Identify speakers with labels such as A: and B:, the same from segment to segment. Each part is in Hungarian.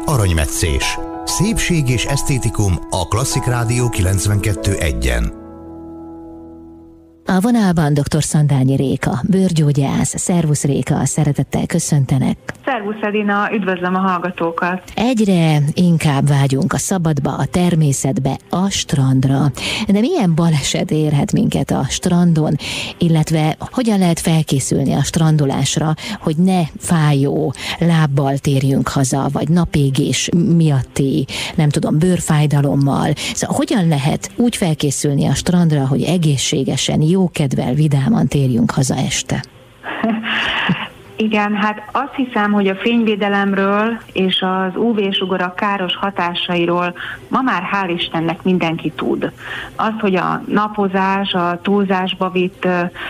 A: Aranymetszés. Szépség és esztétikum a Klasszik Rádió 92.1-en.
B: A vonalban dr. Szandányi Réka, bőrgyógyász. Szervusz Réka, szeretettel köszöntenek.
C: Szervusz Edina, üdvözlöm a hallgatókat.
B: Egyre inkább vágyunk a szabadba, a természetbe, a strandra. De milyen baleset érhet minket a strandon, illetve hogyan lehet felkészülni a strandolásra, hogy ne fájó lábbal térjünk haza, vagy napégés miatti, nem tudom, bőrfájdalommal. Szóval hogyan lehet úgy felkészülni a strandra, hogy egészségesen, jókedvel, vidáman térjünk haza este?
C: Igen, hát azt hiszem, hogy a fényvédelemről és az UV-sugarak káros hatásairól ma már hál' Istennek mindenki tud. Az, hogy a napozás, a túlzásba vitt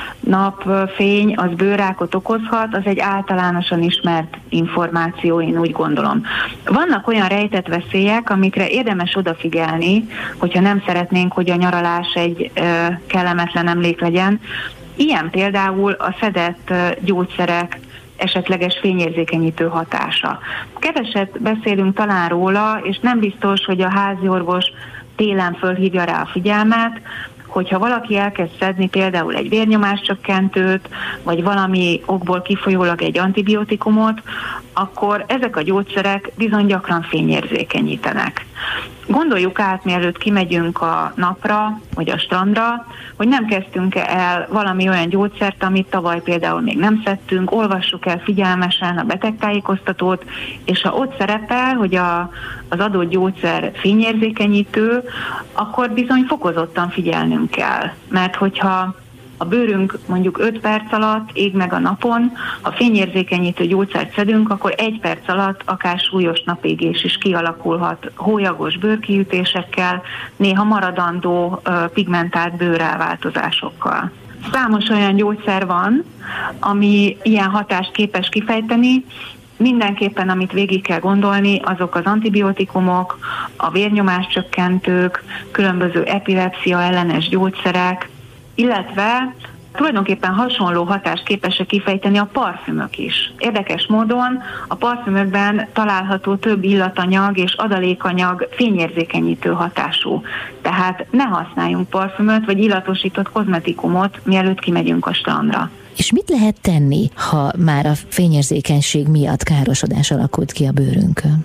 C: napfény, az bőrrákot okozhat, az egy általánosan ismert információ, én úgy gondolom. Vannak olyan rejtett veszélyek, amikre érdemes odafigyelni, hogyha nem szeretnénk, hogy a nyaralás egy kellemetlen emlék legyen. Ilyen például a szedett gyógyszerek esetleges fényérzékenyítő hatása. Keveset beszélünk talán róla, és nem biztos, hogy a háziorvos télen fölhívja rá a figyelmet, hogyha valaki elkezd szedni például egy vérnyomáscsökkentőt, vagy valami okból kifolyólag egy antibiotikumot, akkor ezek a gyógyszerek bizony gyakran fényérzékenyítenek. Gondoljuk át, mielőtt kimegyünk a napra, vagy a strandra, hogy nem kezdtünk el valami olyan gyógyszert, amit tavaly például még nem szedtünk, olvassuk el figyelmesen a betegtájékoztatót, és ha ott szerepel, hogy az adott gyógyszer fényérzékenyítő, akkor bizony fokozottan figyelnünk kell. Mert hogyha a bőrünk mondjuk 5 perc alatt ég meg a napon, ha fényérzékenyítő gyógyszert szedünk, akkor 1 perc alatt akár súlyos napégés is kialakulhat hólyagos bőrkiütésekkel, néha maradandó pigmentált bőrelváltozásokkal. Számos olyan gyógyszer van, ami ilyen hatást képes kifejteni. Mindenképpen, amit végig kell gondolni, azok az antibiotikumok, a vérnyomáscsökkentők, különböző epilepszia ellenes gyógyszerek, illetve tulajdonképpen hasonló hatást képesek kifejteni a parfümök is. Érdekes módon a parfümökben található több illatanyag és adalékanyag fényérzékenyítő hatású. Tehát ne használjunk parfümöt vagy illatosított kozmetikumot, mielőtt kimegyünk a strandra.
B: És mit lehet tenni, ha már a fényérzékenység miatt károsodás alakult ki a bőrünkön?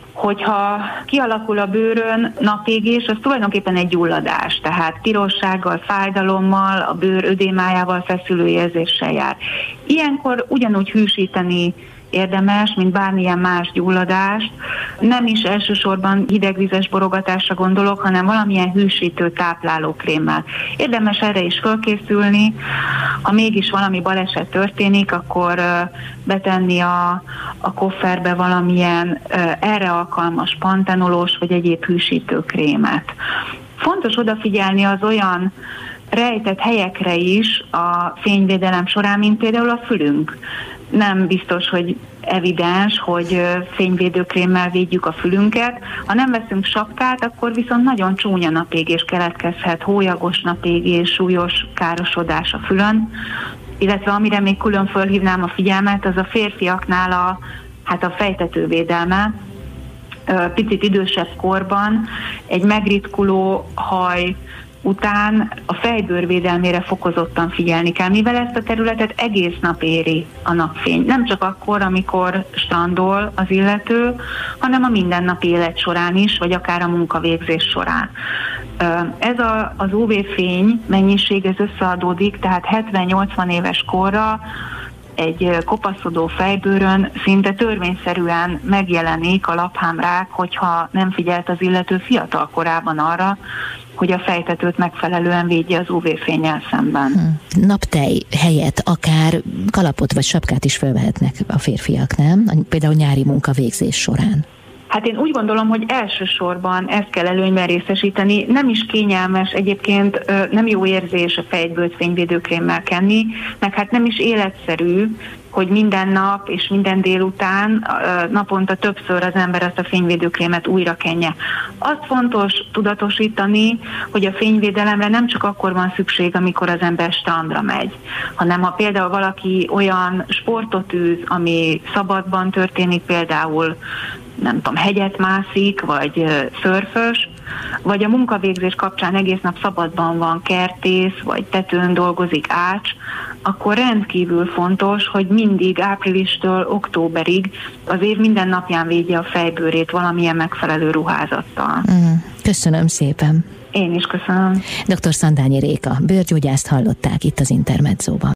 C: Hogyha kialakul a bőrön napégés, az tulajdonképpen egy gyulladás, tehát pirossággal, fájdalommal, a bőr ödémájával, feszülő érzéssel jár. Ilyenkor ugyanúgy hűsíteni érdemes, mint bármilyen más gyulladást. Nem is elsősorban hidegvizes borogatásra gondolok, hanem valamilyen hűsítő tápláló krémmel. Érdemes erre is fölkészülni. Ha mégis valami baleset történik, akkor betenni a kofferbe valamilyen erre alkalmas pantenolós vagy egyéb hűsítő krémet. Fontos odafigyelni az olyan rejtett helyekre is a fényvédelem során, mint például a fülünk. Nem biztos, hogy evidens, hogy fényvédőkrémmel védjük a fülünket. Ha nem veszünk sapkát, akkor viszont nagyon csúnya napégés keletkezhet, hólyagos napégés, súlyos károsodás a fülön. Illetve amire még külön fölhívnám a figyelmet, az a férfiaknál a fejtetővédelme. Picit idősebb korban egy megritkuló haj után a fejbőr védelmére fokozottan figyelni kell, mivel ezt a területet egész nap éri a napfény. Nem csak akkor, amikor strandol az illető, hanem a mindennapi élet során is, vagy akár a munkavégzés során. Ez az UV-fény mennyiség, ez összeadódik, tehát 70-80 éves korra egy kopaszodó fejbőrön szinte törvényszerűen megjelenik a laphámrák, hogyha nem figyelt az illető fiatal korában arra, hogy a fejtetőt megfelelően védje az UV-fénnyel szemben.
B: Naptej helyett akár kalapot vagy sapkát is felvehetnek a férfiak, nem? Például nyári munkavégzés során.
C: Hát én úgy gondolom, hogy elsősorban ezt kell előnyben részesíteni. Nem is kényelmes, egyébként nem jó érzés a fejbőrt fényvédőkrémmel kenni, meg hát nem is életszerű, hogy minden nap és minden délután naponta többször az ember ezt a fényvédőkrémet újra kenje. Azt fontos tudatosítani, hogy a fényvédelemre nem csak akkor van szükség, amikor az ember strandra megy, hanem ha például valaki olyan sportot űz, ami szabadban történik, például nem tudom, hegyet mászik, vagy szörfös, vagy a munkavégzés kapcsán egész nap szabadban van, kertész, vagy tetőn dolgozik ács, akkor rendkívül fontos, hogy mindig áprilistől októberig az év minden napján védje a fejbőrét valamilyen megfelelő ruházattal.
B: Köszönöm szépen.
C: Én is köszönöm.
B: Dr. Szandányi Réka, bőrgyógyászt hallották itt az Intermedzóban.